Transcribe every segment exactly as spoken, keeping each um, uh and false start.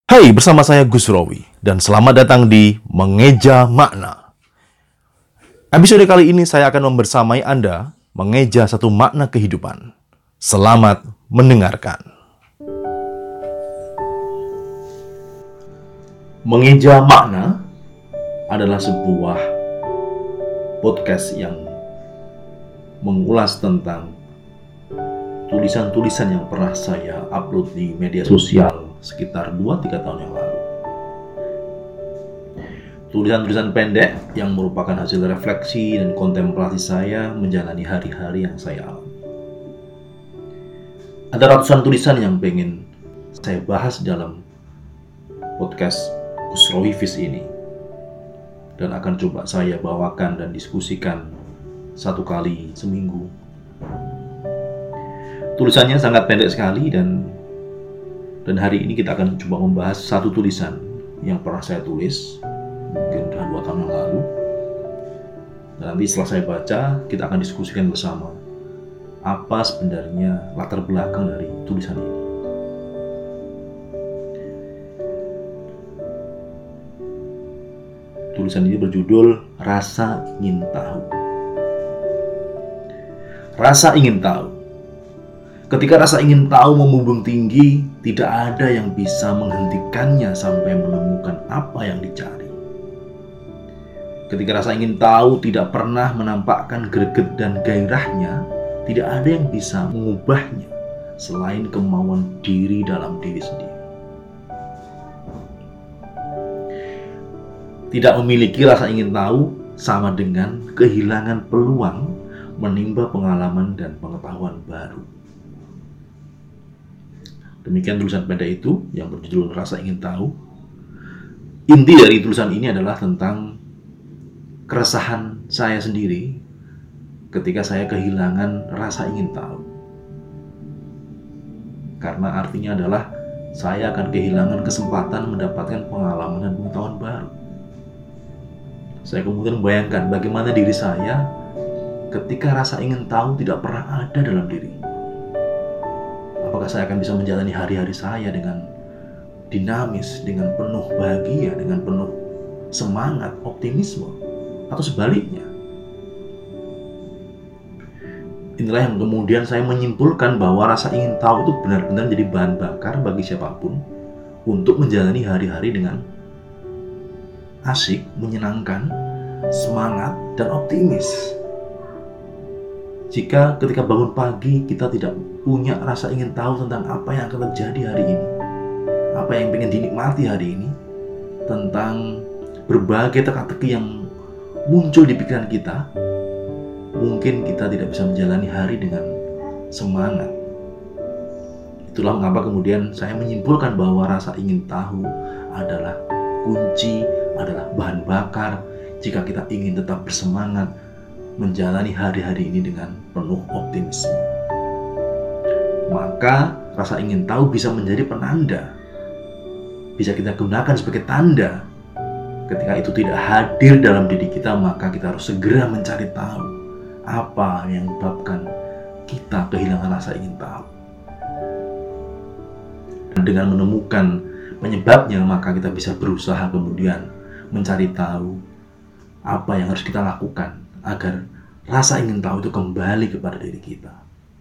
Hai, bersama saya Gus Rowi, dan selamat datang di Mengeja Makna. Episode kali ini saya akan membersamai Anda mengeja satu makna kehidupan. Selamat mendengarkan. Mengeja Makna adalah sebuah podcast yang mengulas tentang tulisan-tulisan yang pernah saya upload di media sosial sekitar dua tiga tahun yang lalu. Tulisan-tulisan pendek yang merupakan hasil refleksi dan kontemplasi saya menjalani hari-hari yang saya alami. Ada ratusan tulisan yang pengen saya bahas dalam podcast Gus Rowi Fis ini, dan akan coba saya bawakan dan diskusikan satu kali seminggu. Tulisannya sangat pendek sekali dan Dan hari ini kita akan coba membahas satu tulisan yang pernah saya tulis mungkin sudah dua tahun yang lalu. Dan nanti setelah saya baca, kita akan diskusikan bersama apa sebenarnya latar belakang dari tulisan ini. Tulisan ini berjudul Rasa Ingin Tahu. Rasa ingin tahu. Ketika rasa ingin tahu membumbung tinggi, tidak ada yang bisa menghentikannya sampai menemukan apa yang dicari. Ketika rasa ingin tahu tidak pernah menampakkan greget dan gairahnya, tidak ada yang bisa mengubahnya selain kemauan diri dalam diri sendiri. Tidak memiliki rasa ingin tahu sama dengan kehilangan peluang menimba pengalaman dan pengetahuan baru. Demikian tulisan pendek itu yang berjudul Rasa Ingin Tahu. Inti dari tulisan ini adalah tentang keresahan saya sendiri ketika saya kehilangan rasa ingin tahu. Karena artinya adalah saya akan kehilangan kesempatan mendapatkan pengalaman dan pengetahuan baru. Saya kemudian membayangkan bagaimana diri saya ketika rasa ingin tahu tidak pernah ada dalam diri. Apakah saya akan bisa menjalani hari-hari saya dengan dinamis, dengan penuh bahagia, dengan penuh semangat, optimisme, atau sebaliknya? Inilah yang kemudian saya menyimpulkan bahwa rasa ingin tahu itu benar-benar jadi bahan bakar bagi siapapun untuk menjalani hari-hari dengan asik, menyenangkan, semangat, dan optimis. Jika ketika bangun pagi kita tidak punya rasa ingin tahu tentang apa yang akan terjadi hari ini, apa yang ingin dinikmati hari ini, tentang berbagai teka-teki yang muncul di pikiran kita, mungkin kita tidak bisa menjalani hari dengan semangat. Itulah mengapa kemudian saya menyimpulkan bahwa rasa ingin tahu adalah kunci, adalah bahan bakar jika kita ingin tetap bersemangat menjalani hari-hari ini dengan penuh optimisme. Maka rasa ingin tahu bisa menjadi penanda, bisa kita gunakan sebagai tanda. Ketika itu tidak hadir dalam diri kita, maka kita harus segera mencari tahu apa yang menyebabkan kita kehilangan rasa ingin tahu. Dan dengan menemukan penyebabnya, maka kita bisa berusaha kemudian mencari tahu apa yang harus kita lakukan agar rasa ingin tahu itu kembali kepada diri kita.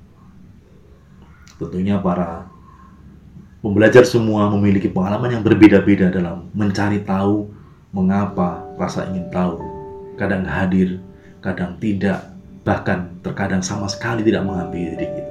Tentunya para pembelajar semua memiliki pengalaman yang berbeda-beda dalam mencari tahu mengapa rasa ingin tahu kadang hadir, kadang tidak, bahkan terkadang sama sekali tidak menghampiri diri kita.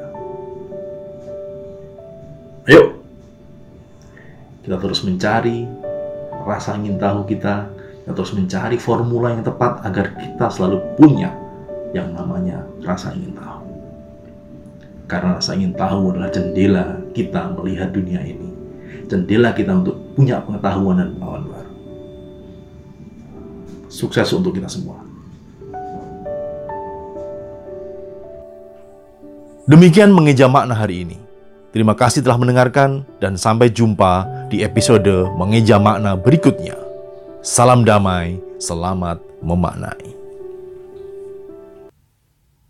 Ayo, kita terus mencari rasa ingin tahu kita, kita terus mencari formula yang tepat agar kita selalu punya yang namanya rasa ingin tahu. Karena rasa ingin tahu adalah jendela kita melihat dunia ini, jendela kita untuk punya pengetahuan dan pengalaman baru. Sukses untuk kita semua. Demikian Mengeja Makna hari ini. Terima kasih telah mendengarkan dan sampai jumpa di episode Mengeja Makna berikutnya. Salam damai, selamat memaknai.